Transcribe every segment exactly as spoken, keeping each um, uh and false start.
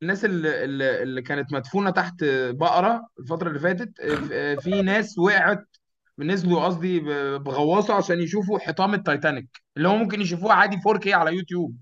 الناس اللي, اللي اللي كانت مدفونه تحت بقره الفتره اللي فاتت، آه، في ناس وقعت، نزلوا قصدي ب- بغواصه عشان يشوفوا حطام التايتانيك اللي هو ممكن يشوفوها عادي فور كيه على يوتيوب.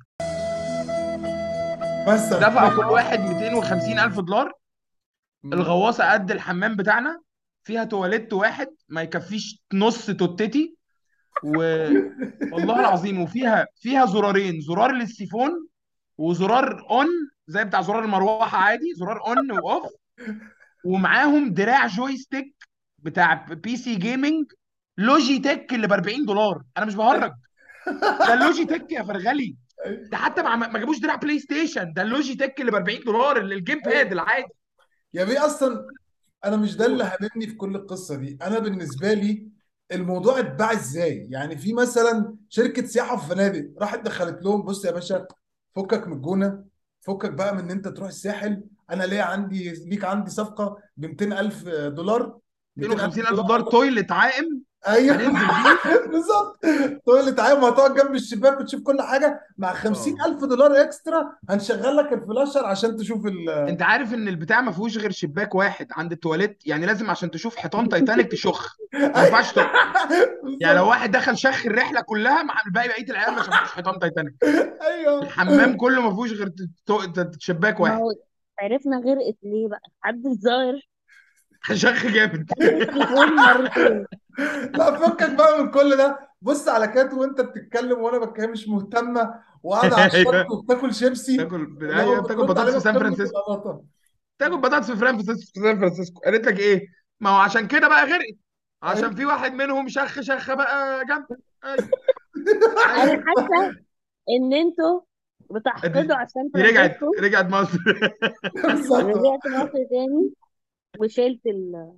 مثلا. دفعوا كل واحد مئتين وخمسين الف دولار. مم. الغواصه قد الحمام بتاعنا، فيها تواليت واحد ما يكفيش نص توتتي، و والله العظيم، وفيها فيها زرارين، زرار للسيفون وزرار اون زي بتاع زرار المروحه عادي، زرار اون واوف، ومعاهم دراع جويستيك بتاع بي سي جيمنج لوجيتك اللي ب اربعين دولار. انا مش بهرج، ده اللوجيتك يا فرغلي. ده حتى ما ما جابوش دراع بلاي ستيشن، ده اللوجيتك اللي ب اربعين دولار، اللي الجيم باد العادي. يا بيه اصلا انا مش ده اللي قول. هاممني في كل القصه دي. انا بالنسبه لي الموضوع اتباع ازاي؟ يعني في مثلا شركه سياحه في فنادق راحت دخلت لهم بص يا باشا، فكك من الجونه، فكك بقى من ان انت تروح الساحل، انا ليه عندي ليك عندي صفقه ب مئتين الف دولار. مئتين الف مئتين وخمسين الف دولار دولار تويلت عائم ايوه هننزل بيه. بالظبط. تقول لي تعالى هتقعد جنب الشباك وتشوف كل حاجه مع اه، خمسين الف دولار اكسترا، هنشغل لك الفلاشر عشان تشوف ال انت عارف ان البتاع ما فيهوش غير شباك واحد عند التواليت؟ يعني لازم عشان تشوف حيطان تايتانيك تشخ، ما ينفعش ت... يعني لو بالظبط. واحد دخل شخ الرحله كلها مع الباقي، بقيه العيال ما شافوش حيطان تايتانيك. ايوه الحمام كله ما فيهوش غير تو- ت- شباك ما واحد. هو عرفنا غرقت ليه بقى حد الظاهر شخ جامد. التليفون مرتين. لا فكك بقى من كل ده، بص على كاتو وانت بتتكلم وانا بتكلم مش مهتمه وقاعده على الشط ايوه، وبتاكل شيبسي، تاكل اللي ايوه هو بتاكل بترد بطاطس علينا في سان بقمه فرانسيسكو. القلاطه. تاكل بطاطس في فرانسيسكو في سان فرانسيسكو. قالت لك ايه؟ ما هو عشان كده بقى غرقت، عشان ايوه في واحد منهم شخ شخه بقى جنب. ايوه، انا ايوه. حاسه ان انتوا دي, بتحقدوا على سان دي رجعت فرانسيسكو. رجعت مصر. بالظبط. رجعت مصر تاني وشلت ال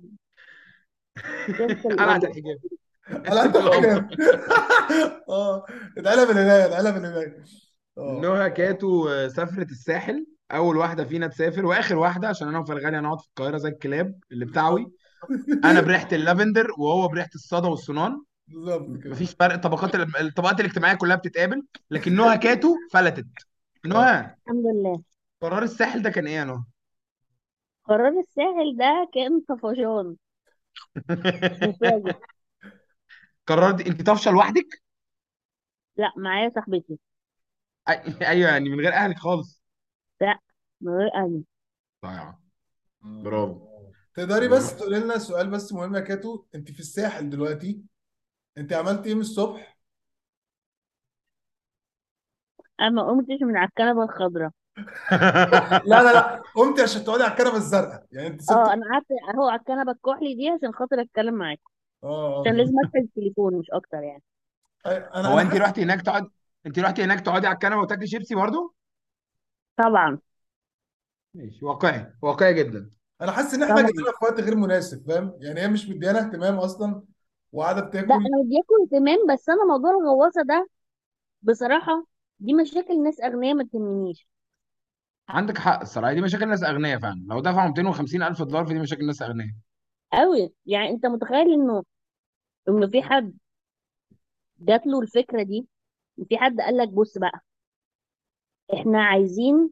شلت قلعت ال الحجاب. على قد سبت القمر. الحاجات اه اتقلب الهدايا اتقلب الهدايا. اه نهى كاتو آه، سافرت الساحل، اول واحده فينا تسافر واخر واحده، عشان انا وفرغاني هنقعد في القاهره زي الكلاب اللي بتعوي. انا بريحه اللافندر وهو بريحه الصدى والصنان. بالظبط كده. مفيش فرق، طبقات الطبقات الاجتماعيه كلها بتتقابل. لكن نهى كاتو فلتت. اه نهى، الحمد لله. قرار الساحل ده كان ايه يا نهى؟ قرار الساحل ده كان طفشان مفاجئ. قررت انت طافشه لوحدك؟ لا معايا صاحبتي. أي- ايوه، يعني من غير اهلك خالص. لا من غير أهلي. ضايعه. آه. برافو. تقدري بس برافو. تقولي لنا سؤال بس مهم يا كاتو، انت في الساحل دلوقتي، انت عملت ايه من الصبح؟ انا ما قمتش من على الكنبه الخضراء. لا لا لا قمت عشان تقعدي على الكنبه الزرقاء، يعني انت سبت. اه انا قعدت اهو على الكنبه الكحلي دي عشان خاطر اتكلم معاكم، اه عشان اه لازم افتح التليفون مش اكتر يعني. انا هو انا انت حاسس. رحتي هناك تقعد انت رحتي هناك تقعدي على الكنبه وتاكلي شيبسي برضو؟ طبعا. ماشي، واقعي واقعي جدا. انا حاسس ان احنا طبعا. جايين في وقت غير مناسب، فاهم؟ يعني هي مش مديانا اهتمام اصلا وقاعده لا بتاكل. انا مدياكم اهتمام، بس انا موضوع الغواصه ده بصراحه دي مشاكل ناس اغنياء ما تهمنيش عندك حق الصراحه، دي مشاكل ناس اغنياء فعلا، لو دفعوا مئتين وخمسين الف دولار فدي مشاكل ناس اغنياء. قوي. يعني انت متخيل انه انه في حد جات له الفكره دي، في حد قال لك بص بقى احنا عايزين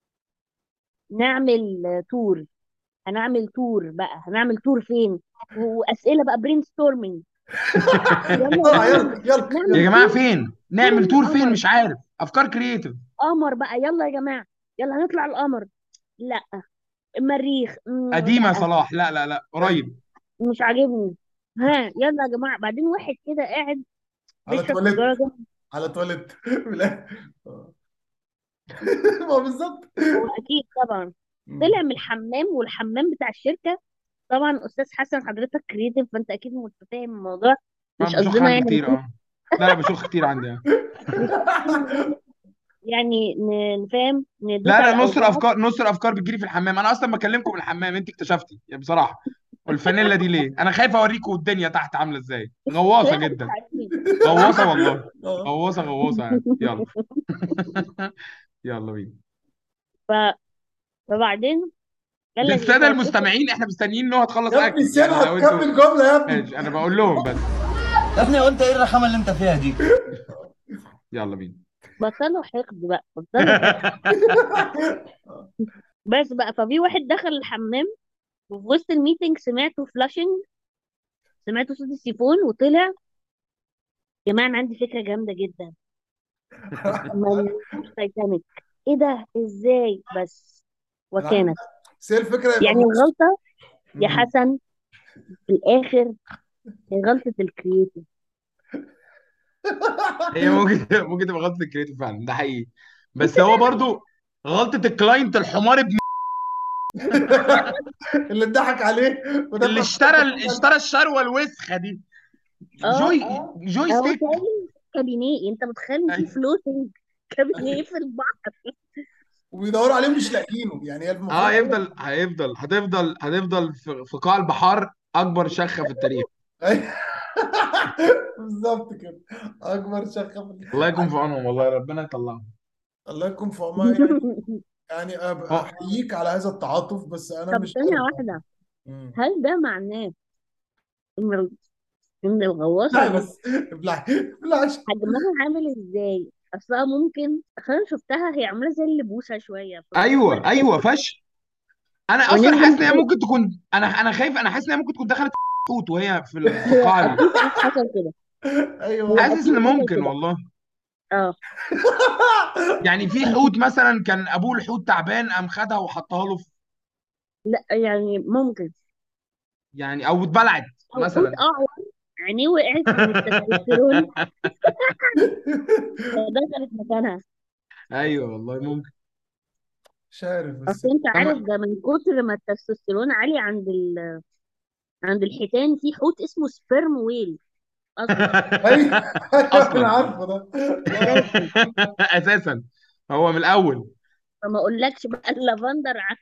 نعمل تور، هنعمل تور بقى، هنعمل تور فين، واسئله بقى برين ستورمنج. يلا بسرعه بينا يلا يلا يا نعمل يلا. جماعه تور فين فين نعمل تور؟ فين؟ القمر. مش عارف، افكار كرييتيف. قمر بقى يلا يا جماعه، يلا هنطلع القمر. لا المريخ مم، قديمه يا لا صلاح، لا لا لا، ايوه قريب. مش عاجبني. ها يلا يا جماعه. بعدين واحد كده قاعد على بيشرب تواليت، سيجاره جنب. على تواليت بالله. آه. ما بالظبط. هو اكيد طبعا مم. طلع من الحمام، والحمام بتاع الشركه. طبعا استاذ حسن حضرتك كريتيف فانت اكيد متفاهم الموضوع. انا مش بشخ قصدنا عندي يعني كتير، نكون، اه. لا لا، بشخ كتير عندي، اه. مش قصدنا يعني يعني ن- نفهم ندوس لا لا، على نص اوجاعك. الافكار نص الافكار بتجيلي في الحمام. انا اصلا بكلمكم من الحمام، انت اكتشفتي يعني بصراحه. والفانيلا دي ليه؟ انا خايف اوريكم الدنيا تحت عامله ازاي، غواصه لا مش جدا. عارفين. غواصه والله. اه غواصه غواصه يعني، يلا. يلا بينا. ف... فبعدين قال لك ايه للساده طب بص. المستمعين، احنا مستنيين ان هو تخلص يا ابني اكل يعني، سيبها لو انتوا. تكمل جمله يا ابني. ماشي، انا بقول لهم بس. يا ابني قلت ايه الرخامه اللي انت فيها دي؟ يلا بينا. بطلوا حقد بقى، بطلوا حقد. بس بقى ففي واحد دخل الحمام وفي وسط الميتنج سمعته فلاشنج، سمعته صوت السيفون وطلع. يا جماعه انا عندي فكره جامده جدا، ما نشوف تايتانيك. ايه ده ازاي بس؟ انا عارف. وكانت بس هي الفكره يبقى يعني بص. الغلطه يا مم. حسن في الاخر هي غلطه الكرييتيف. هي ممكن ممكن تبقى غلطه الكريتيف فعلا، ده حقيقي. بس هو برضو غلطه الكلاينت الحمار ابن اللي اتضحك عليه اللي ودفع اشترى فلوس. اشترى الشروه الوسخه دي. اه جوي جوي هو ستيك. كان كابينيه، انت متخيل ان في أيوة. فلوتنج كابينيه في البحر؟ وبيدوروا عليه مش لاقيينه، يعني هي اه المفروض. هيفضل هيفضل هتفضل هتفضل في في قاع البحار اكبر شخه في التاريخ. أيوة. بالظبط كده. اكبر شقه الله في. يكون في عونهم، والله ربنا يطلعهم. الله يكون في عونها يعني. يعني أب- اه احييك على هذا التعاطف، بس انا طب مش ثانيه قادر. واحده، مم. هل ده معناه ان ال- ان الغواصه لا دي بس ابلع ابلع. حجمها عامل ازاي؟ اصلها ممكن، اصل انا شفتها هي عامله زي اللبوسه شويه، فممكن ايوه نحط ايوه فش. انا اصلا وننزل حاسس ان هي نحط. ممكن تكون، انا انا خايف، انا حاسس ان هي ممكن تكون دخلت حوت وهي في ال- في هو قاع ال- اكيد حصل كده، هو ايوه. حاسس اكيد ان حصل ممكن كده. والله. اه يعني في حوت مثلا كان ابوه الحوت تعبان قام خدها وحطها له في، لا يعني ممكن، يعني او اتبلعت او حوت مثلا. اعور عينيه وقعت من التستوستيرون فدخلت مكانها. ايوه والله ممكن. مش عارف بس. اصل انت عارف طب ده من كتر ما التستوستيرون عالي عند ال... عند الحيتان، في حوت اسمه سبرم ويل اصلا ايوه ايوه انا اصلا عارفه ده. اه. اساسا. اساسا هو من الاول. فما اقولكش بقى اللافندر عن.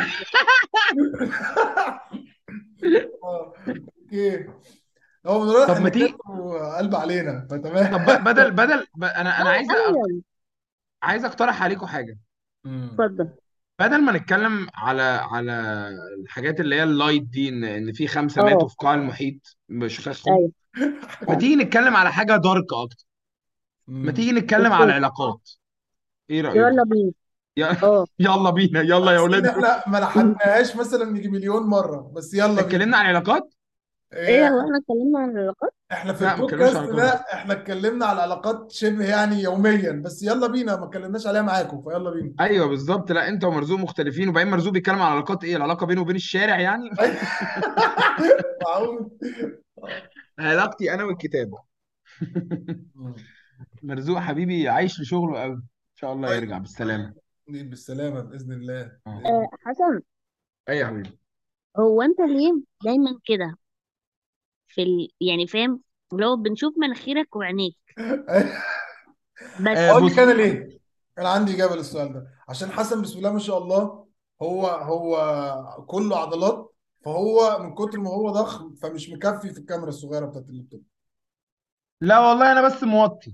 اه. اوكي. هو من رايح طب ما ان تيجي، قلب علينا فتمام. طب ب- بدل بدل ب- انا انا اه عايز أ- ايوه. عايز اقترح عليكم حاجه. مم. اتفضل. بدل ما نتكلم على على الحاجات اللي هي اللايت دي، ان ان في خمسه ماتوا اه في قاع المحيط بشخصهم، ايوه ما تيجي نتكلم على حاجه دارك اكتر. ما مم. تيجي نتكلم على اوكي العلاقات. ايه رايكم؟ يلا بينا. ي- اه يلا بينا، يلا يا حاسس ان اولاد. احنا ما لحقناهاش مثلا يجي مليون مره، بس يلا بينا. اتكلمنا عن العلاقات. ايه إيه، هو احنا اتكلمنا عن العلاقات؟ احنا في لا ما اتكلمناش عن البودكاست ده العلاقات. احنا اتكلمنا على العلاقات شبه يعني يوميا، بس يلا بينا ما اتكلمناش عليها معاكم، فيلا بينا. ايوه بالظبط. لا انت ومرزوق مختلفين، وبعدين مرزوق بيتكلم عن العلاقات، ايه العلاقه بينه وبين الشارع يعني؟ معقول. آه. علاقتي انا والكتاب. مم. مرزوق حبيبي عايش لشغله قوي، ان شاء الله طيب. يرجع بالسلامه. بالسلامه باذن الله اه باذن آه حسن، اي يا حبيبي. هو انت ليه دايما كده في ال... يعني فاهم، لو بنشوف مناخيرك وعينيك الله. آه بس. اقول لك بص. انا ليه. انا عندي اجابه للسؤال ده، عشان حسن بسم الله ما شاء الله هو هو كله عضلات، فهو من كتر ما هو ضخم فمش مكفي في الكاميرا الصغيره بتاعت اللابتوب. لا والله انا بس موطي.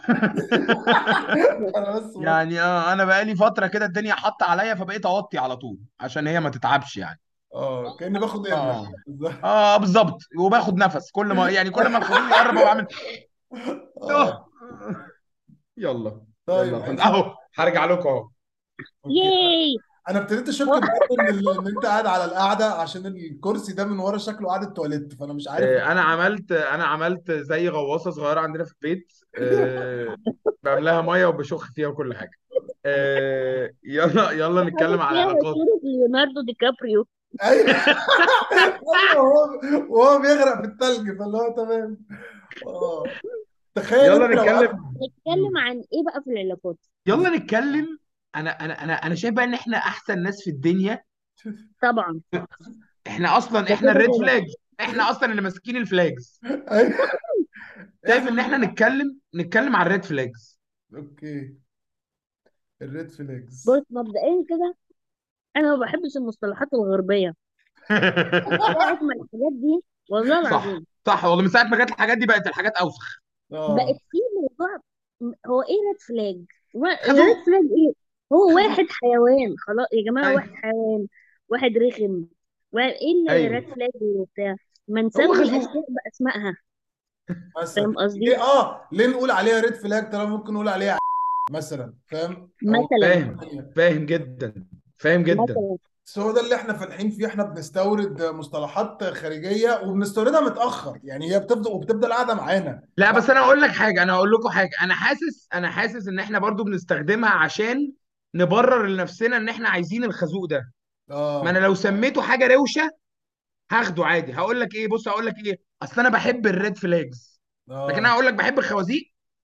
انا بس بقول- يعني اه انا بقالي فتره كده الدنيا حاطه عليا، فبقيت اوطي على طول عشان هي ما تتعبش يعني. اه كاني باخد ابره. اه اه بالظبط. وباخد نفس كل ما، يعني كل ما الخروج يقرب ابقى اعمل اه. اه. يلا. طيب يلا الحمد ماشي. اهو هرجع لكم اهو. اوكي. ياي. انا ابتديت اشك هو بجد ان ال- ان انت قاعد على القعده، عشان الكرسي ده من ورا شكله قعده تواليت، فانا مش عارف. آه، انا عملت انا عملت زي غواصه صغيره عندنا في البيت، آه، بملاها ميه وبشخ فيها وكل حاجه. آه، يلا يلا نتكلم حاطط على فيها العلاقات. صورة ليوناردو دي كابريو. ايوه ايوه. وهو وهو بيغرق في التلج، فاللي هو تمام. اه. تخيل يلا انت لو قعدت. نتكلم. نتكلم عن ايه بقى في العلاقات؟ يلا نتكلم. انا انا انا انا شايف بقى ان احنا احسن ناس في الدنيا. طبعا. احنا اصلا ده احنا كده الريد كده. فلاجز، احنا اصلا اللي ماسكين الفلاجز. ايوه. شايف احنا. ان احنا نتكلم نتكلم عن الريد فلاجز. اوكي. الريد فلاجز. بص مبدئيا كده، انا ما بحبش المصطلحات الغربيه. ساعة ما الحاجات دي، والله صح العظيم، صح والله، من ساعه ما جت الحاجات دي بقت الحاجات اوسخ. اه. بقت في موضوع. هو ايه ريد فلاج؟ ريد خازوق. فلاج ايه؟ هو خازوق. واحد حيوان خلاص يا جماعه، واحد ايوه حيوان، واحد رخم. وايه اللي ايوه ريد فلاج وبتاع؟ ما هو نسمي خازوق. الاشياء باسمائها. مثلا فاهم قصدي؟ ليه اه ليه نقول عليها ريد فلاج طالما ممكن نقول عليها مثلا، فاهم او مثلا. فاهم فاهم جدا. فاهم جدا. مثلا بس هو ده اللي احنا فالحين فيه، احنا بنستورد مصطلحات خارجيه وبنستوردها متاخر، يعني هي بتفضل وبتفضل قاعده معانا. لا بس انا اقول لك حاجه، انا هقول لكم حاجه، انا حاسس انا حاسس ان احنا برضو بنستخدمها عشان نبرر لنفسنا ان احنا عايزين الخازوق ده. ما انا اه. لو سميته حاجه روشه هاخده عادي. هقول لك ايه، بص هقول لك ايه، اصل انا بحب الريد فلاجز، لكن انا اه. هقول لك بحب الخوازيق.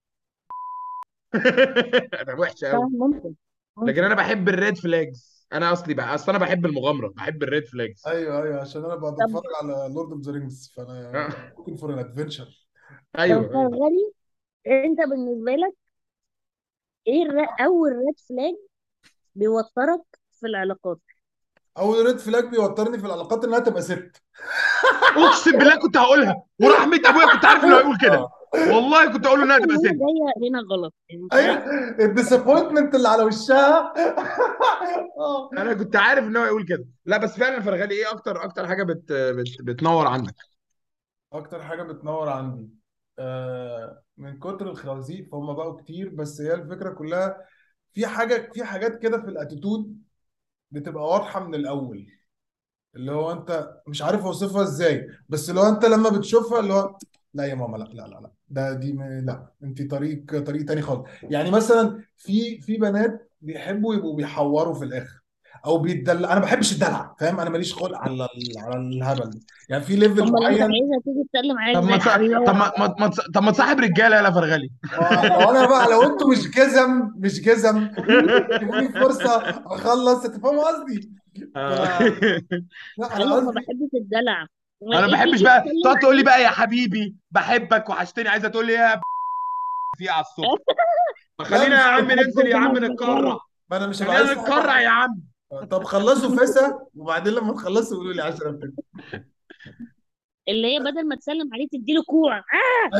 ده وحشه قوي. فاهم، ممكن لكن ممكن انا بحب الريد فلاجز، انا اصلي بقى اصل انا بحب المغامره، بحب الريد فلاجز. ايوه ايوه، عشان انا بقى طب بتفرج على لورد اوف ذا رينجز، فانا ممكن فور ان ادفنشر. طب ايوه ايوه. فرغلي، انت بالنسبه لك ايه الر... اول ريد فلاج بيوترك في العلاقات؟ اول ريد فلاج بيوترني في العلاقات انها تبقى ست. اقسم بالله كنت هقولها، ورحمه ابويا كنت عارف انه هيقول كده. اه. والله كنت اقول له انها حاسه ان تبقى هي ست. جايه هنا غلط، يعني مش ايوه، عارف. الديسابوينتمنت اللي على وشها. اه. انا كنت عارف ان هو يقول كده. لا بس فعلا فرغالي، ايه اكتر اكتر حاجه بت بت بتنور عندك؟ اكتر حاجه بتنور عندي، آه من كتر الخوازيق فهم بقوا كتير، بس هي الفكره كلها في حاجه في حاجات كده في الاتيتود بتبقى واضحه من الاول، اللي هو انت مش عارف اوصفها ازاي، بس لو انت لما بتشوفها اللي هو لا يا ماما، لا لا لا لا، ده دي م- لا انت طريق طريق تاني خالص. يعني مثلا في في بنات بيحبوا يبقوا بيحوروا في الاخر او بيتدلع، انا ما بحبش الدلع، فاهم؟ انا ماليش خلق على ال- على الهبل ده. يعني في ليفل امال انت معين. عايزها تيجي تسلم عليك طب زي ما تص... طب الحريوه؟ ما ما ما تص- طب ما تصاحب رجاله يا فرغلي. ما لو انا بقى، لو انتوا مش جزم مش جزم تدوني فرصه اخلص، تفهموا قصدي؟ ف آه. لا انا ايوه، ما قصدي. بحبش الدلع. انا ما وايه بحبش تيجي بقى تسلم تقعد تقول لي عليك؟ بقى يا حبيبي بحبك وحشتني، عايزه تقول لي يا في على الصبح. ما لا خلينا يا مش عم كده، ننزل بحبك يا انا عم بكرهك. نتكرع. ما انا مش هبقى عايز خلينا صاحب نتكرع واحده. يا عم. طب خلصوا فسا وبعدين لما تخلصوا قولوا لي عشرة كده. اللي هي بدل ما تسلم عليه تديله كوع آه!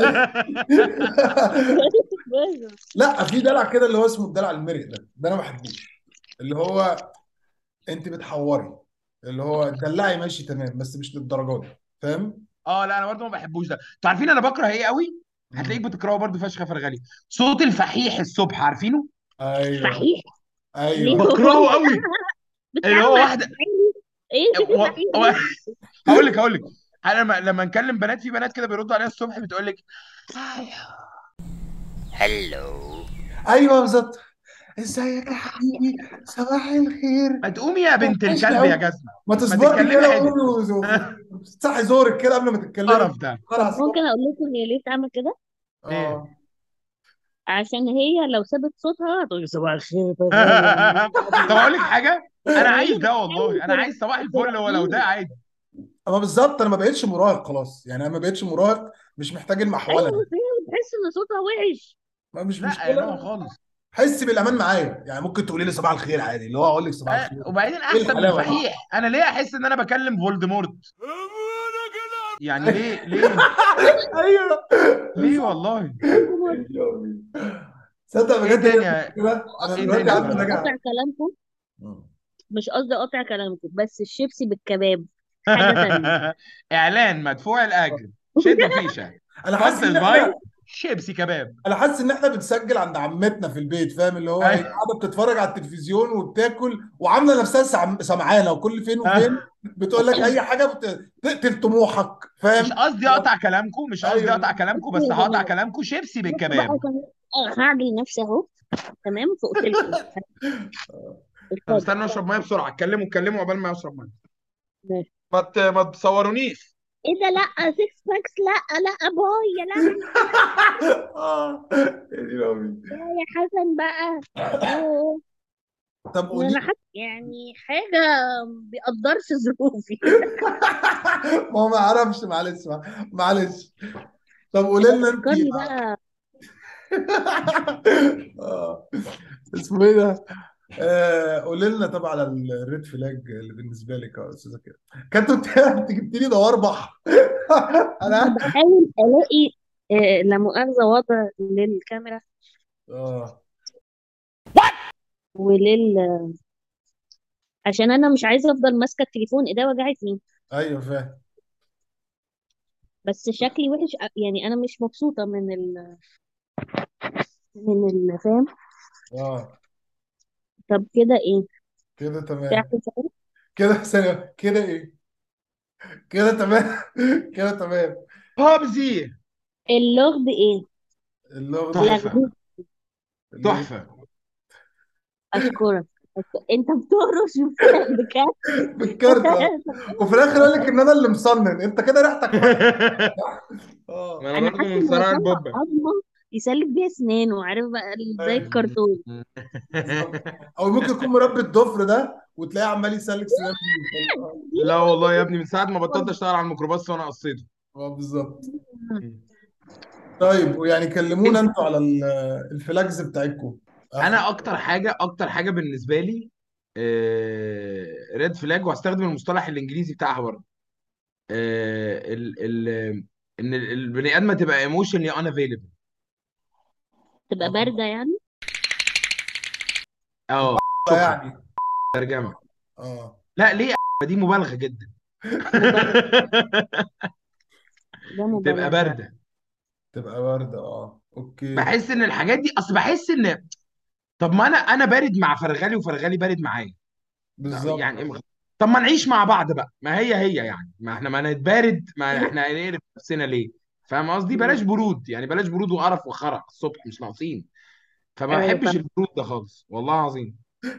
بس. لا في دلع كده اللي هو اسمه الدلع المرئ ده، ده انا ما بحبوش. اللي هو انت بتحوري، اللي هو دلعي ماشي تمام بس مش للدرجه دي، فاهم؟ اه لا انا برضو ما بحبوش ده. انتوا عارفين انا بكره ايه قوي؟ هتلاقيك مم. بتكرهه برضو فشخ يا فرغلي، صوت الفحيح الصبح، عارفينه؟ ايوه فحيح؟ ليه ايوه. هو بكرهه انت قوي. اللي بتتعامل هو مع واحده الفحيح؟ ايه و... فحيح و... دي؟ هقول لك هقول لك انا لما لما نكلم بنات، في بنات كده بيردوا عليها الصبح بتقول لك ايوه بالظبط. ازيك يا حبيبي، صباح الخير، ما تقومي يا بنت وحشني الكلب يا قوي. جزمه، ما ما تصبري تتكلمي كده عدل. وقولي صحي زورك كده قبل ما تتكلمي. القرف ده. خلاص طب على ممكن الصبح. اقول لكم هي ليه بتعمل كده؟ ايه؟ اه. عشان هي لو سابت صوتها هتقول صباح الخير يا غالي عاملين طب اقول إيه؟ لك حاجه، انا فهي عايز ده بتحاول والله، انا ترا- عايز صباح الفل ولو ده تراضيه. عادي. اما بالظبط انا ما بقتش مراهق خلاص، يعني انا ما بقتش مراهق، مش محتاج المحوله ايوه دي. بس هي بتحس ان صوتها وحش. ما مش لا يا نوع مشكله. خالص. حس بالامان معايا، يعني ممكن تقولي لي صباح الخير عادي، اللي هو اقول لك صباح أه الخير. وبعدين ايه احسن من الحلاوه دي؟ فحيح، انا ليه احس ان انا بكلم فولدمورت؟ يعني ليه ليه ايوه ليه بالظبط. والله. تصدق ايه بجد هي تاني يا... كده، انا ايه مش تاني دلوقتي يا عندي قصدي فرغلي؟ نجاح. اقطع كلامكم، مش قصدي اقطع كلامكم، بس الشيبسي بالكباب حاجة تانية. اعلان مدفوع الاجر، شدوا فيشه. انا حاسس ان سبونسرد باي احنا شيبسي كباب. انا حاسس ان احنا بنسجل عند عمتنا في البيت، فاهم؟ اللي هو هي قاعده بتتفرج على التلفزيون وبتاكل وعامله نفسها سم- سمعانه، وكل فين وفين بتقول لك اي حاجه بتقتل طموحك، مش فاهم؟ قصدي اقطع كلامكم، مش قصدي ايوه. اقطع كلامكم، بصوا بس يا هقطع جماعة، كلامكم شيبسي بصوا بقى بالكباب. عشان آه، هعدل نفسي اهو. تمام، فقلت لكم طب اتفضل. استنى اشرب ميه بسرعه، اتكلموا اتكلموا عقبال ما اشرب ميه. ماشي. ما ت... ما تصورونيش. ايه ده؟ لا سيكس باكس، لا لا باي يا لهوي. اه يا دين امي. لا يا حسن بقى. يوه. طب قولي. انا حاسه يعني حاجه بيقدرش ظروفي. ما هو ما اعرفش، معلش معلش. طب قولي يبقى لنا انت. فكرني بقى. آه. اسمه ايه ده؟ آه قولي لنا طبعا على الريد فلاج اللي بالنسبه لك يا استاذه كده. كانت انت جبت لي دوار بحر. انا انا. بحاول الاقي آه، لا مؤاخذه وضع للكاميرا اه. ولل عشان انا مش عايزه افضل ماسكه التليفون، ايديا وجعتني. ايوه فاهم. بس شكلي وحش، أ- يعني انا مش مبسوطه من ال من ال فاهم. اه. طب كده ايه؟ كده تعرف تمام. تسأل؟ كده ثانية، كده ايه؟ كده تمام. كده تمام. بابجي. اللغز ايه؟ اللغز ايه؟ تحفه. لغز. اللغز تحفه. اشكرك. أشك- انت بتهرش بك- بكام؟ بالكارت اه. وفي الاخر قال لك ان انا اللي مصنن، انت كده ريحتك وحشه. ما اه. انا انا برضو حاسه من انه صناعه طلع بوبا. عظمه يسلك بيها اسنانه، عارف بقى زي الكرتون. بالظبط. او ممكن يكون مربي الضفر ده وتلاقيه عمال يسلك سنان بيه، فاهم؟ اه. لا والله يا ابني، من ساعه ما بطلت اشتغل على الميكروباص وانا قصيته. اه بالظبط. طيب ويعني كلمونا انت انتوا على ال- الفلاجز بتاعتكم. انا اكتر حاجه اكتر حاجه بالنسبه لي ريد فلاج، وهستخدم المصطلح الانجليزي بتاعها برضه. آه، ال ال ان ال- البني ادمه تبقى ايموشنلي ان افيلبل. تبقى اه بارده يعني. اه. تبقى شكرا. يعني. ترجمه. اه لا ليه؟ دي مبالغه جدا. مبالغه. ده تبقى مبالغه فعلا. بارده. تبقى باردة، اه اوكي. بحس ان الحاجات دي، اصل بحس ان، طب ما انا انا بارد مع فرغلي وفرغلي بارد معايا. بالظبط. يعني إيه؟ طب ما نعيش مع بعض بقى، ما هي هي يعني، ما احنا ما نتبارد، ما احنا هنقرف نفسنا ليه؟ فاهم قصدي؟ بلاش برود يعني، بلاش برود وقرف وخرع الصبح، مش ناقصين. فما ايوه بحبش فاهم. البرود ده خالص والله العظيم.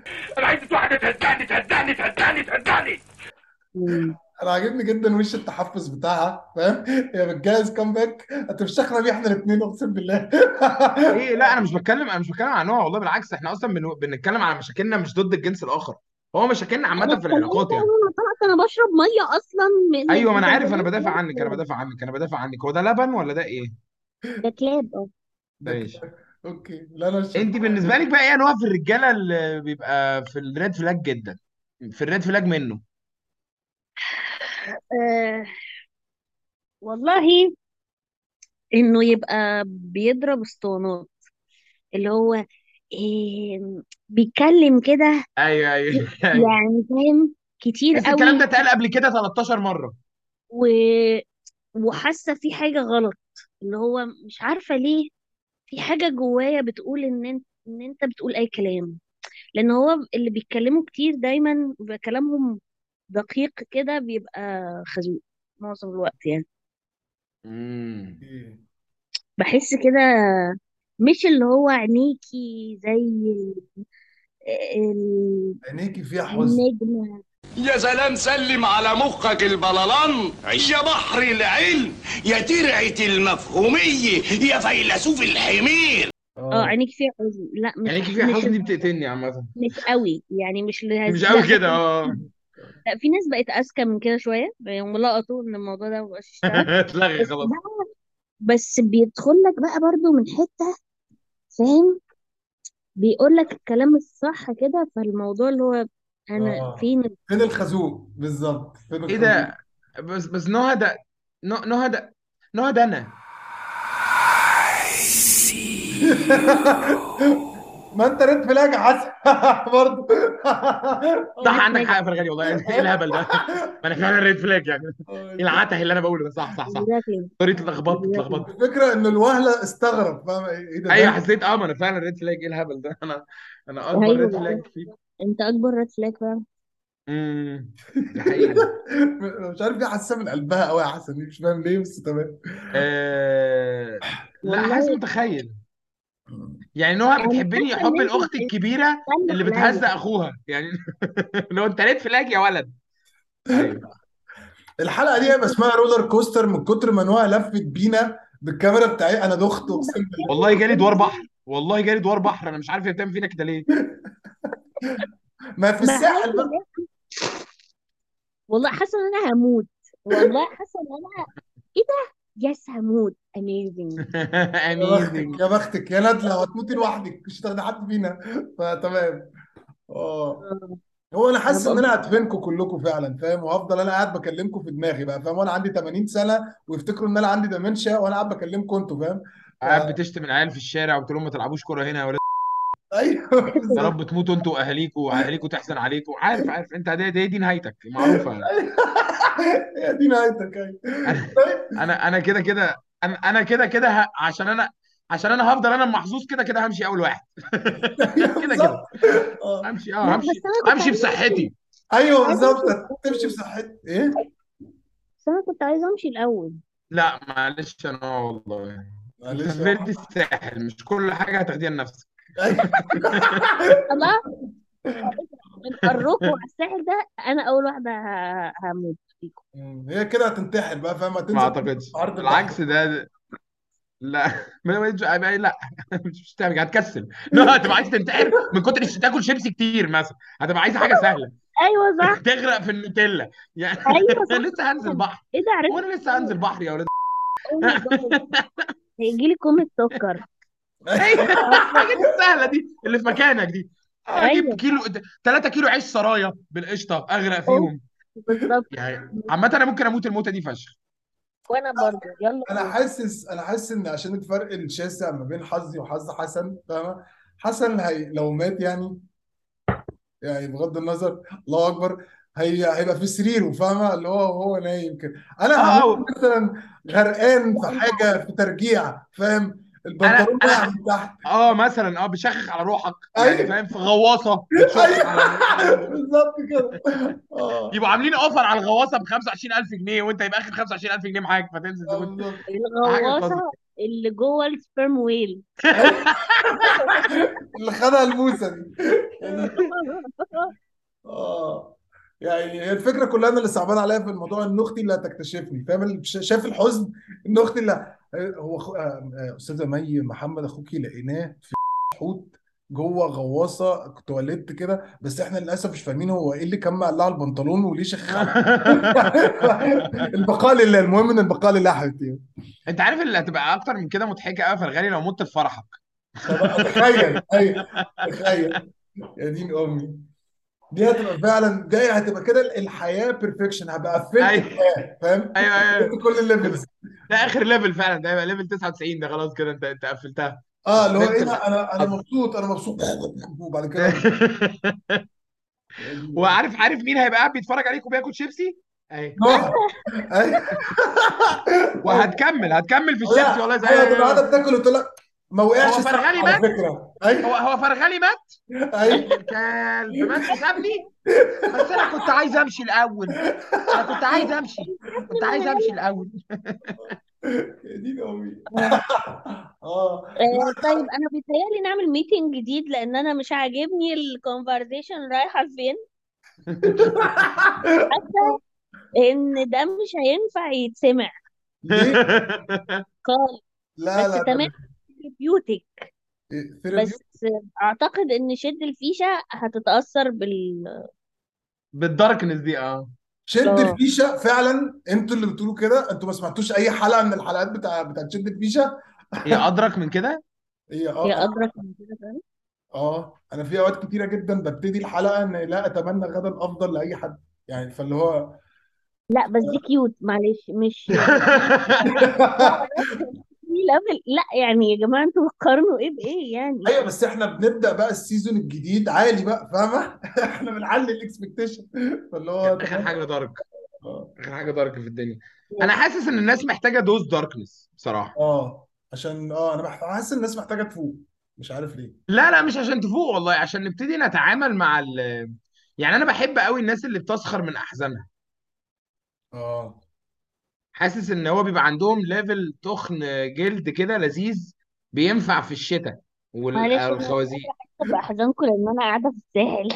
مم. انا عاجبني جدا وش التحفز بتاعها، فاهم؟ هي بتجهز كامباك هتفشخنا بيه احنا الاثنين، اقسم بالله. ايه لا، انا مش بتكلم انا مش بتكلم عن نوع، والله بالعكس، احنا اصلا بن... بنتكلم على مشاكلنا، مش ضد الجنس الاخر. هو مشاكلنا انا عامه في اتكلمت، العلاقات يعني. انا طلعت انا بشرب ميه اصلا من ايوه، ما انا عارف، انا البلبلين. بدافع عنك انا بدافع عنك انا بدافع عنك هو ده لبن ولا ده ايه؟ ده كلاب اه. ده ماشي. كده. اوكي لا انا انت شربت. بالنسبه لك بقى ايه انواع في الرجاله اللي بيبقى في الريد فلاج جدا، في الريد فلاج منه؟ آه، والله انه يبقى بيضرب اسطوانات، اللي هو إيه، بيتكلم كده، ايوه ايوه ايوه. يعني فاهم كتير تحس الكلام ده قوي. اتقال قبل كده تلتاشر مره. و... وحاسه في حاجه غلط، اللي هو مش عارفه ليه، في حاجه جوايا بتقول ان انت ان انت بتقول اي كلام، لان هو اللي بيتكلموا كتير دايما بيبقى كلامهم دقيق كده، بيبقى خازوق معظم الوقت يعني. امم. اوكي. بحس كده، مش اللي هو عينيكي زي ال- ال- عينيكي فيها حزن. النجمة. يا سلام، سلم على مخك البلالان، يا بحر العلم، يا ترعة المفهومية، يا فيلسوف الحمير. اه اه. عينيك فيها حزن، لا يعني مش فيها مش حزن دي بتقتلني عامه. مش قوي يعني، مش مش لهز... قوي لا في كده حاجات. اه. لا في ناس بقت اذكى من كده شويه، هم لقطوا ان الموضوع ده مبقاش يشتغل. اتلغي بس خلاص. بقى بس بيدخل لك بقى برضو من حته، فاهم؟ بيقول لك الكلام الصح كده، فالموضوع اللي هو انا اه. فين. فين الخازوق بالظبط، فين ايه الخازوق؟ ده؟ بس بس نهى ده، نهى نهى ده نهى ده انا. ما انت ريت فلاج حسن. برضه. صح، ريد عندك فلاج. حق في الغالي والله. ايه الهبل ده؟ ما انا فعلا ريد فلاج يعني. ايه آه. العته اللي انا بقوله ده؟ صح صح صح. اكزاكتلي. سوري، اتلخبطت اكزاكتلي. اتلخبطت. الفكره ان الوهله استغرب، فاهم ايه؟ إيه ده ايوه ده حسيت، اه ما انا فعلا ريد فلاج. ايه الهبل ده؟ انا انا اكبر ايوه ريد فلاج بالظبط. فيه. انت اكبر ريد فلاج فعلا. امم. دي حقيقه. مش عارف ليه حاسه من قلبها قوي يا حسن، مش فاهم ليه بس تمام. آه... لا، حاسس والله متخيل. يعني نهى انا بتحبني حاسه ان حب انت الاخت الكبيره بتتكلم اللي عليا. بتهزق اخوها يعني. لو انت ريد فلاج يا ولد. ايوه. الحلقه دي هيبقى اسمها رولر كوستر من كتر ما نوع لفت بينا بالكاميرا بتاعي، انا دخت انا اقسم بالله. والله جالي دوار بحس بحر، والله جالي دوار بحر، انا مش عارف هي بتعمل فينا كده ليه. ما في بحس الساحل بقى. ان والله حاسه ان انا هموت. والله حاسه ان انا ايه ده. يس هموت اميزنج. يا بختك اميزنج. يا بختك يا ندلة، وهتموتي لوحدك مش هتاخدي حد فينا. فتمام. اه. هو انا حاسس هبقى ان انا هدفنكم كلكم فعلا، فاهم؟ وهفضل انا قاعد بكلمكم في دماغي بقى، فاهم؟ وانا عندي ثمانين سنه ويفتكروا ان انا عندي ديمنشيا وانا قاعد بكلمكم انتوا، فاهم؟ ف... قاعد بتشتم العيال في الشارع وبتقول لهم ما تلعبوش كوره هنا يا ولاد. ايوه يا بالظبط. رب تموتوا انتوا واهاليكوا، واهاليكوا تحزن عليكم. عارف عارف انت، دي دي, دي نهايتك معروفه يعني. هي دي نهايتك، ايوه. انا انا انا كده كده، انا انا كده كده ه- عشان انا عشان انا هفضل انا محظوظ كده كده همشي اول واحد. ايوه كده كده بالظبط. اه همشي لا اه همشي بس انا كنت همشي عايزه امشي، بصحتي. ايوه عايزه بالظبط. امشي تمشي الاول، بصحتك ايه؟ بس انا كنت عايزه امشي الاول. لا معلش انا آه والله انت معلش يا سافرت محمد. الساحل، مش كل حاجه هتاخديها لنفسك. ايوه. الله، من الركب على الساحل ده انا اول واحده ه- هموت فيكم. مم. هي كده هتنتحر بقى، فاهم؟ ما هتنزل في اعتقدش عرض البحر. بالعكس ده. لا ما ما- ما- لا مش مش هتعمل هتكسل. لا هتبقى عايز تنتحر من كتر إنك تاكل شيبسي كتير مثلا، هتبقى عايز حاجه سهله. ايوه صح. تغرق في النوتيلا يعني. ايوه صح لسه هنزل فعلا. بحر. ايه ده هو عرفت انا لسه هنزل ازاي؟ بحر يا ولاد. او ماي جاد، هيجي لي كومة سكر. ايوه أصلاً- الحاجات السهله دي اللي في مكانك دي. اجيب ايوه كيلو ثلاثة كيلو عيش سرايا بالقشطه اغرق أوه، فيهم. بالظبط. يعني عامه انا ممكن اموت الموته دي فشخ. وانا برضو يلا انا بينا. حاسس انا حاسس ان عشان الفرق الشاسع ما بين حظي وحظ حسن، فاهمه؟ حسن هي لو مات يعني، يعني بغض النظر، الله اكبر، هي هيبقى في سريره، فاهمه؟ اللي هو هو نايم كده. اه انا هموت اه مثلا غرقان لا في انت حاجه، في ترجيع، فاهم؟ انا البنطلون واقع انا من تحت. اه مثلا اه بشخخ على روحك يعني ايوه. فاهم، في غواصه بتشخ على ايوه بالظبط كده. اه. يبقوا عاملين اوفر على الغواصه ب خمسة وعشرين الف جنيه وانت يبقى اخر خمسة وعشرين الف جنيه معاك فتنزل آه، تموت. بالظبط. حاجه قذره. الغواصة اللي جوه السبرم ويل. ايوه اللي خدها الموسى دي يعني. اه. يعني هي الفكره كلها، انا اللي صعبان عليا في الموضوع ان اختي اللي هتكتشفني، فاهم؟ اللي شا- شايف الحزن ان اختي اللي هو أخو... آه، آه، استاذه مي محمد اخوكي لقيناه في حوت جوه غواصه تواليت كده، بس احنا للاسف مش فاهمين هو ايه اللي كان مقلع البنطلون وليه شيخ على البقاء لله. المهم ان البقاء لله يا حبيبتي. انت عارف اللي هتبقى اكتر من كده مضحكه قوي في الغالي لو مت في فرحك. طب تخيل، اي تخيل، يا دين امي، دي هتبقى فعلا، دي هتبقى كده الحياه بيرفكشن، هبقى قفلت ايوه الحياه، فاهم؟ ايوه ايوه. قفلت كل يبقى الليفلز. ده اخر ليفل فعلا، ده يبقى ليفل تسعة وتسعين ده خلاص كده انت انت قفلتها. اه اللي هو قفلت ايه، لا انا انا الحظ. مبسوط، انا مبسوط وبعد كده يا دين أمي. وعارف عارف مين هيبقى قاعد بيتفرج عليك وبياكل شيبسي؟ اهي. نهى. ايوه. وهتكمل هتكمل في الشيبسي لا والله زي. هي هتبقى قاعده بتاكل وتقول لك ما وقعش هو السمك فرغلي على مات. فكره. هو ايوه. هو فرغلي مات. يا ابن ايوه. الكلب مات وسابني. بس انا كنت عايز امشي الاول. انا كنت عايز امشي. كنت عايز امشي الاول. يا دين امي. آه، اه آه، طيب انا بيتهيألي نعمل ميتنج جديد لان انا مش عاجبني الكونفرزيشن رايحة فين. حاسة ان ده مش هينفع يتسمع ليه؟ خالص. لا بس لا تمام، لا. بيوتك. ثيرابي. بس اعتقد ان شد الفيشة هتتأثر بال بالداركنس دي اه. شد اه الفيشه فعلا، انتوا اللي بتقولوا كده، انتوا ما سمعتوش اي حلقه من الحلقات بتاع بتاعت شد الفيشه؟ هي ادرك من كده. هي هي اه انا ادرك من كده فعلا. اه انا في اوقات كتيره جدا ببتدي الحلقه ان لا اتمنى غدا الافضل لاي حد، يعني فاللي هو لا بس دي كيوت، معلش مش يعني في في ليفل، لا يعني يا جماعة انتوا بتقارنوا ايه بايه يعني. ايوه بس احنا بنبدا بقى السيزون الجديد عالي بقى، فاهمه؟ احنا بنعلي الاكسبكتيشن، فاللي هو اخر تمام. حاجه دارك. اه. اخر حاجه دارك في الدنيا. انا حاسس ان الناس محتاجه دوز داركنس بصراحه. اه عشان اه انا بح- حاسس الناس محتاجه تفوق، مش عارف ليه. لا لا مش عشان تفوق والله، عشان نبتدي نتعامل مع ال. يعني انا بحب قوي الناس اللي بتسخر من احزانها. اه. حاسس ان هو بيبقى عندهم ليفل تخن جلد كده لذيذ، بينفع في الشتاء معلش انا مش والخوازيق. قادرة احس باحزانكم لان انا قاعدة في الساحل.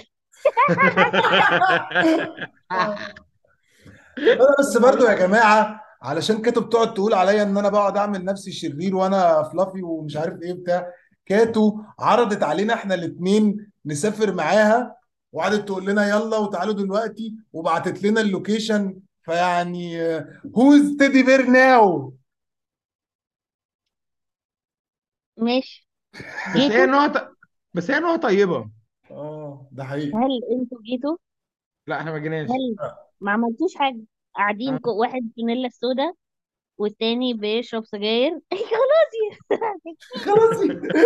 لا بس برضو يا معلش. جماعه، علشان كاتو بتقعد تقول عليا ان انا بقعد اعمل نفسي شرير وانا فلافي ومش عارف ايه بتاع. كاتو عرضت علينا احنا الاثنين نسافر معاها، وقعدت تقول لنا يلا وتعالوا دلوقتي، وبعتت لنا اللوكيشن، فيعني هوز تيدي بير ناو. ماشي. بس هي جيتوا؟ نوع ط- بس هي نوع طيبه. اه ده حقيقي. هل انتوا جيتوا؟ لا احنا ما جيناش. هل ما عملتوش حاجة؟ قاعدين آه. كو- واحد فانيلا السودا والتاني بيشرب سجاير. خلاص يا- خلاص.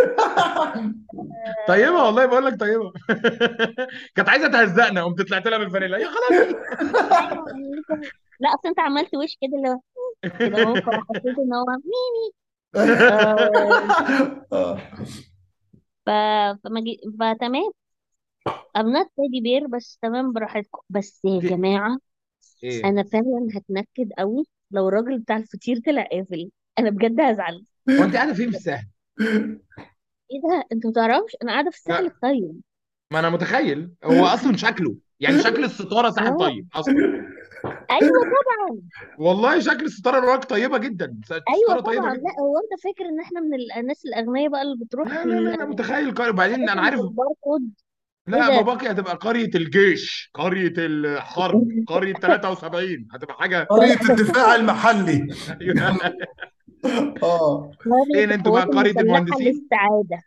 طيبه والله بقول لك طيبه. كانت عايزه تهزقنا قمت طلعت لها بالفانيلا يا خلاص. ايوه يعني كده. لا اصل انت عملت وش كده اللي هو كده اهو، فحسيت ان هو ميمي. آه، اه. ف... فما جي... فتمام. I'm not teddy bear، بس تمام براحتكم. بس يا في جماعة، ايه؟ أنا فعلا هتنكد قوي لو الراجل بتاع الفطير طلع قافل. أنا بجد هزعل. هو انت قاعده فين في الساحل؟ إيه ده؟ أنت متعرفش أنا قاعدة في الساحل لا، الطيب. ما انا متخيل هو اصلا شكله، يعني شكل الستاره ساحل اه، طيب اصلا. أيوه طبعا. والله شكل الستاره الراك طيبه جدا، أيوه ستاره طيبه طبعا. جدا. لا، هو أنت فاكر إن إحنا من ال- الناس الأغنياء بقى اللي بتروح لا لا لا، ال- انا متخيل قرية. وبعدين انا الأماكن عارف. بالباركود؟ إيه لا، ده؟ باباكي هتبقى قريه الجيش، قريه الحرب، قريه ثلاثة وسبعين، هتبقى حاجه. قرية الدفاع المحلي. اه. قرية فين انتوا القوات بقى، قريه المسلحة المهندسين؟ للسعادة.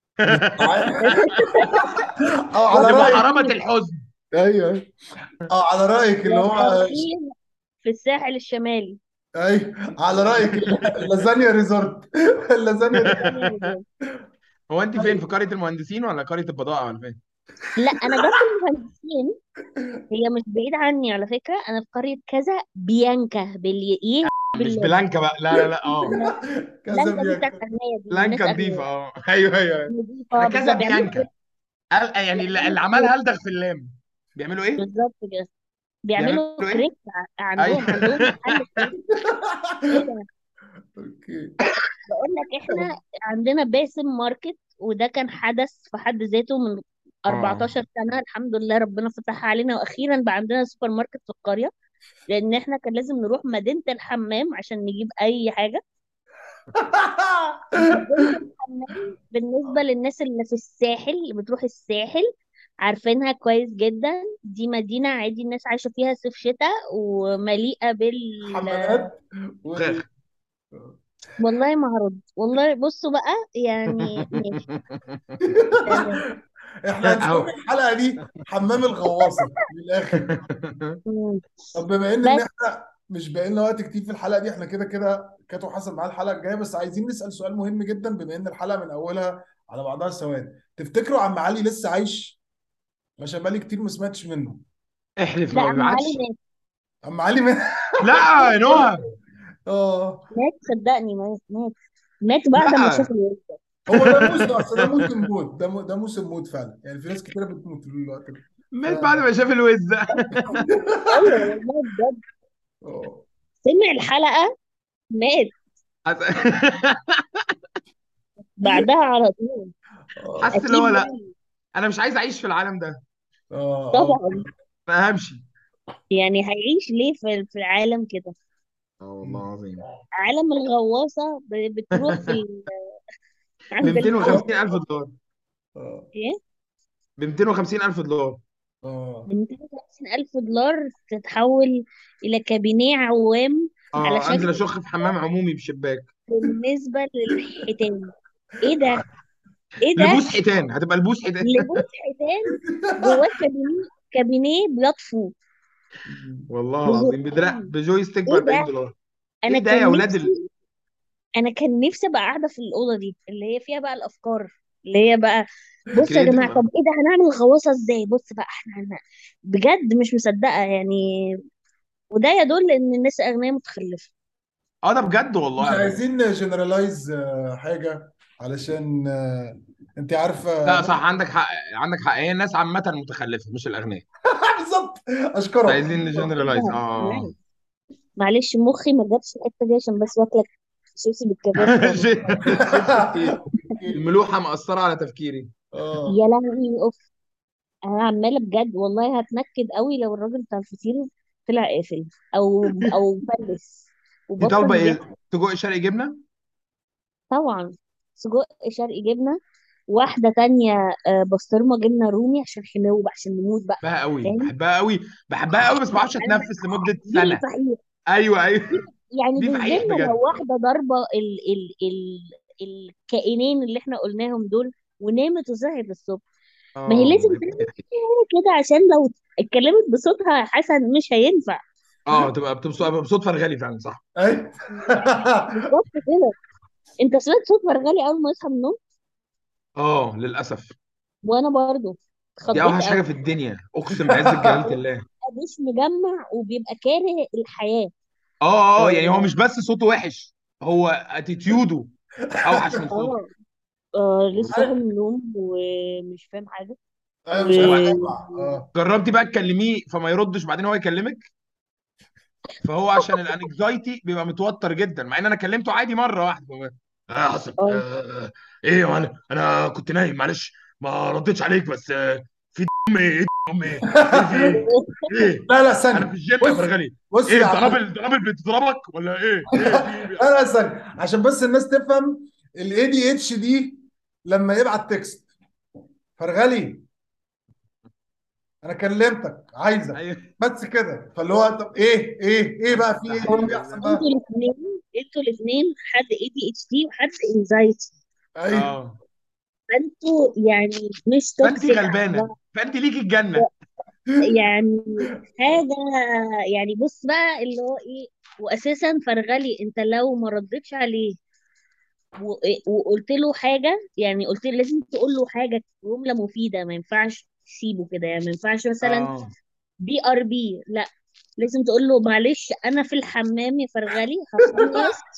اه على هتبقى رأيك. حرامه الحزن. ايوه ايوه. اه على رأيك اللي هو. للترفيه في الساحل الشمالي. ايوه على رأيك اللازانيا ريزورت. اللازانيا ريزورت. لازانيا ريزورت. هو انت فين، في طيب. قريه المهندسين ولا قريه البضائع ولا فين؟ لا، انا جنب المهندسين. هي مش بعيد عني على فكرة. انا في قرية كذا بيانكا باليه. مش بالله. بلانكا بقى، لا لا لا، اه. بالله. بلانكا دي بتاعت كازابيانكا. اغنياء، دي ناس بلانكا نضيفه، اغنياء. اه. ايوه ايوه أيوة. احنا نضيفة كذا بالظبط، بيعملوا بيانكا. كريب. قال- يعني اللي بيعملوا اللي كريب. عملها هلدغ في اللام. بيعملوا ايه؟ بالظبط كده. بيعملوا بيعملوا ايه؟ كريب. ع- ايوه. عندهم عندهم محل كريب. ايه ده؟ اوكي. بقول لك احنا عندنا باسم ماركت، وده كان حدث في حد ذاته من اه. أربعتاشر سنة. الحمد لله ربنا فتح علينا واخيرا بقى عندنا سوبر ماركت في القرية. لان احنا كان لازم نروح مدينة الحمام عشان نجيب اي حاجة. مدينة الحمام بالنسبة للناس اللي في الساحل، اللي بتروح الساحل، عارفينها كويس جدا. دي مدينة عادي الناس عايشة فيها صيف شتاء، ومليئة بال حمامات وال. والله ما هرد. والله بصوا بقى، يعني ماشي. تمام. احنا هنسمي اهو. الحلقة دي حمام الغواصة من الآخر. مم. طب بما ان ان بس احنا مش باقي لنا وقت كتير في الحلقة دي، احنا كده كده كاتو حسن معاه الحلقة الجاية، بس عايزين نسأل سؤال مهم جدا بما ان الحلقة من اولها على بعضها سواد. تفتكروا عم علي لسه عايش؟ عشان بقالي كتير ما سمعتش منه. احلف لا، ما عم علي بيبعتش. مات. عم علي من... لا يا نهى. اه. مات صدقني، مات مات. مات بعد ما لا، شاف الويل. هو ده موسم، اصل ده موسم موت، ده مو... ده موسم موت فعلا، يعني في ناس كتيرة بتموت في الوقت ده. ف مات بعد ما شاف الوز ده. ايوه والله بجد. اه. سمع الحلقة مات بعدها على طول. اه. حاسس اللي هو اكيد لا، يعني. انا مش عايز اعيش في العالم ده. اه. اه. طبعا. انا همشي. يعني هيعيش ليه في في العالم كده؟ اه والله العظيم. عالم الغواصة ب- بتروح في ال... ب عند الحوت. مئتين وخمسين الف دولار. اه. ايه؟ ب مئتين وخمسين الف دولار. اه. ب مئتين وخمسين ألف دولار تتحول إلى كابينيه عوام على اه، انزل شكل اشخ في حمام عمومي بشباك. بالنسبة للحيتان. ايه ده؟ ايه ده؟ لبوس حيتان، هتبقى لبوس حيتان. لبوس حيتان جواه كابينيه. كابينيه بيطفو والله العظيم، بدراع بزرار. بجويستيك ب ايه اربعين ده؟ دولار. انا ايه ده يا كان ولاد نفسي ال... انا كان نفسي ابقى قاعده في الاوضه دي اللي هي فيها بقى الافكار، اللي هي بقى بصوا يا كريتيف. جماعه، طب ايه ده؟ هنعمل الغواصه ازاي؟ بص بقى احنا هن... بجد مش مصدقه يعني. وده يدل ان الناس اغنياء متخلفه. اه، ده بجد والله مش على فكره. عايزين جنرالايز حاجة علشان آه، انت عارفة. لا صح، عندك حق. عندك حق، هي الناس عامه متخلفه مش الاغنياء. بالظبط. مش اشكرك. عايزين نجنرالايز، اه. معلش. معلش، مخي ما جابش الحته دي عشان بس واكله شيبسي بالكباب خالص. شيبسي كتير. الملوحه مأثره على تفكيري. اه. يا لهوي اوف. انا عماله بجد والله هتنكد قوي لو الراجل بتاع الفطير طلع قافل او او فلس دي وبطل طالبه يبيع. ايه؟ سجق شرقي جبنه. طبعا. سجق شرقي جبنه. واحده تانية آه، بسطرمه جبنه رومي عشان حماوي بقى، عشان نموت بقى. بحبها قوي، فاهم؟ بحبها قوي. بحبها قوي، بس ما بعرفش انا اتنفس لمده دي سنه. صحيح. ايوه ايوه. دي يعني دي فحيح بالذمه بجد. لو واحده ضاربه ال ال ال الكائنين اللي احنا قلناهم دول ونامت وصحيت الصبح، ما هي اه، لازم هيبقى تعمل فيه حاجة. كده عشان لو اتكلمت بصوتها حسن مش هينفع. اه، تبقى بتبص- بصوت فرغلي فعلا، صح. اي. بالظبط كده. انت سمعت صوت مرغلي اول ما يصحى من النوم؟ اه للاسف. وانا برضو دي اتخضيت اوحش حاجه قوي. في الدنيا، اقسم بعزه جلاله الله. مش مجمع وبيبقى كاره الحياة. اه اه، يعني هو آه، مش بس صوته وحش، هو اتيتيودو اوحش من صوته. اه آه، لسه صاحي عارف؟ من النوم ومش فاهم حاجة ايوه و مش عارف اسمع. اه وجربتي بقى تكلميه فما يردش بعدين هو يكلمك؟ فهو عشان الانكزايتي بيبقى متوتر جدا، مع ان انا كلمته عادي مره واحده. هو، اه حسن، اه آه ايه انا انا كنت نايم معلش ما ردتش عليك، بس آه في امي ايه امي ايه ايه في ايه ايه لا لا انا في ثانيه. الجيم يا بص فرغلي. بص ايه يا عم. الدنابل الدنابل بتضربك ولا ايه ايه في ايه لا لا بيحصل؟ ثانيه عشان بس الناس تفهم. الاي دي اتش دي لما يبعت تكست فرغلي انا كلمتك عايزك ايوه. بس كده، فاللي هو طب ايه ايه ايه بقى في ده ايه ايه اللي حقيقي بيحصل ده. انتوا بقى؟ الاثنين انتوا الاثنين حد اي دي اتش دي وحد انزايتي، ايوه اه فانتوا يعني مش فانت توكسيك على غلبانه، بعض فانت ليكي الجنه. يعني. حاجة يعني بص بقى اللي هو ايه. واساسا فرغلي انت لو ما ردتش عليه و- وقلت له حاجة، يعني قلت له لازم تقول له حاجة جملة مفيدة، ما ينفعش تسيبه كده، يعني ما ينفعش مثلا اه بي ار بي، لا لازم تقول له معلش انا في الحمام يا فرغلي هخلص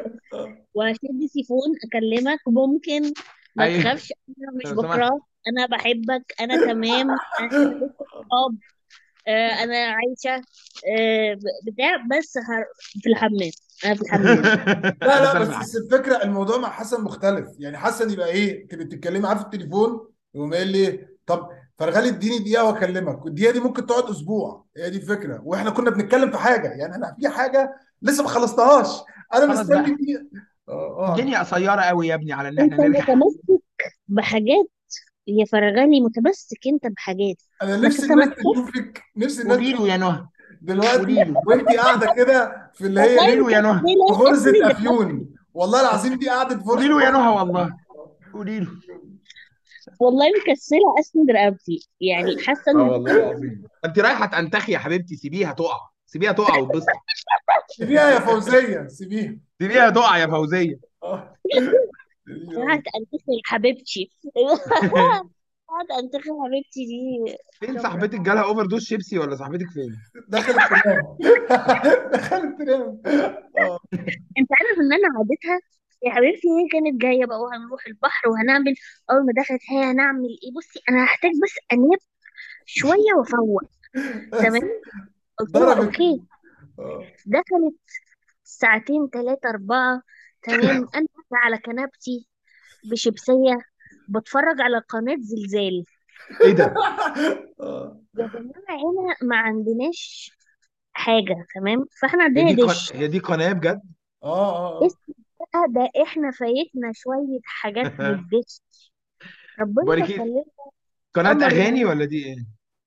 وهشد سيفون اكلمك ممكن، ما ايوه تخافش انا مش لو سمحت. بكرهك، انا بحبك انا تمام، احنا لسه صحاب، آه انا عايشه، آه ب- بتاع بس هر... في الحمام، انا في الحمام. لا بس لا انا بس في الحاجة. بس الفكره الموضوع مع حسن مختلف. يعني حسن يبقى ايه تبقى بتتكلمي معاه في التليفون يقوم قايل لي طب فرغالي اديني دقيقه واكلمك، والدقيقه دي ممكن تقعد اسبوع. هي دي الفكره، واحنا كنا بنتكلم في حاجه يعني انا في حاجه لسه ما خلصتهاش، انا خلاص مستني بقى، دقيقه. اه اه الدنيا قصيره قوي يا ابني على ان انت احنا نرجع. متمسك بحاجات يا فرغلي، متمسك انت بحاجات، انا ما نفسي الناس تتمسكش. تشوفك، نفسي الناس قولي له تشوفك يا نهى، دلوقتي قولي له وانت قاعده كده في اللي هي قولي والله ايه، له يا نهى، مكسله في غرزه اسند رقبتي، افيون. والله العظيم دي قعده قولي فرصه له يا غرزه نهى افيون. والله، قولي له. والله مكسله اسند رقبتي، يعني حاسه اه ان والله العظيم انت رايحه تنتخي يا حبيبتي، سيبيها تقع، سيبيها تقع واتبسطي. سيبيها يا فوزيه سيبيها. سيبيها تقع يا فوزيه. اه سيبيها. قاعد انتخب حبيبتي قاعد انتخب حبيبتي دي. فين شكرا. صاحبتك جالها اوفر دوز شيبسي ولا صاحبتك فين؟ دخلت تنام. دخلت تنام. اه انت عارف ان انا عادتها يا حبيبتي، هي كانت جايه بقى وهنروح البحر وهنعمل، اول ما دخلت هي هنعمل ايه، بصي انا هحتاج بس انام شويه وافوق، تمام. قلت لها ضربت. اوكي. اه دخلت ساعتين ثلاثه اربعه، تمام، انا قاعدة على كنبتي بشبسيه بتفرج على قناه زلزال. ايه ده؟ اه يا جماعه هنا ما عندناش حاجه، تمام، فاحنا هي عندنا دي قن... دش. هي دي قناه بجد؟ اه اه اسم بقى ده احنا فايتنا شويه حاجات من الدش، ربنا بقولك ايه، يخلينا. قناه قمر اغاني الدنيا. ولا دي ايه؟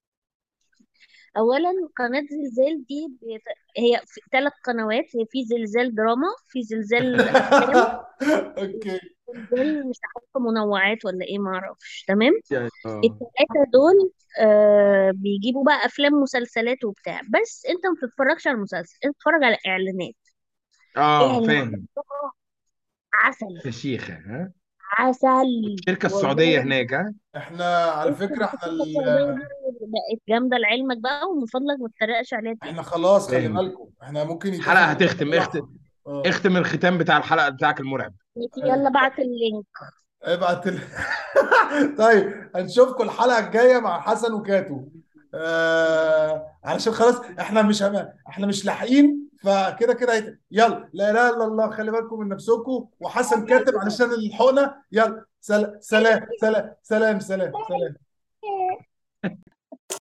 اولا قناه زلزال دي بيت... هي في ثلاث قنوات، هي في زلزال دراما، في زلزال افلام، اوكي. زلزال مش عارفه منوعات ولا ايه، ما اعرفش، تمام. يعني اه الثلاثه دول آه بيجيبوا بقى افلام مسلسلات وبتاع، بس انت ما بتتفرجش على المسلسل، انت بتتفرج على اعلانات. اه اعلانات فاهم. عسل فشيخه ها. عسل الشركه السعوديه والله. هناك ها. احنا على بص فكره احنا الموسيقى ال... السعودية دي بقت جامدة لعلمك بقى، ومن فضلك ما تتريقش عليها احنا تاني. خلاص خلي فاهم. بالكم احنا ممكن الحلقه يتقفل هتختم، اختم، لحظه. اه اختم الختام بتاع الحلقه بتاعك المرعب. ماشي، ايوه يلا بعت اللينك. ابعت ال... طيب هنشوفكم الحلقه الجايه مع حسن وكاتو. آه... علشان خلاص احنا مش هم... احنا مش لاحقين فكده كده هيت... يلا لا اله الا الله خلي بالكم من نفسكم، وحسن كاتب علشان الحقنه. يلا سلام سلام سلام سلام سلام سلام.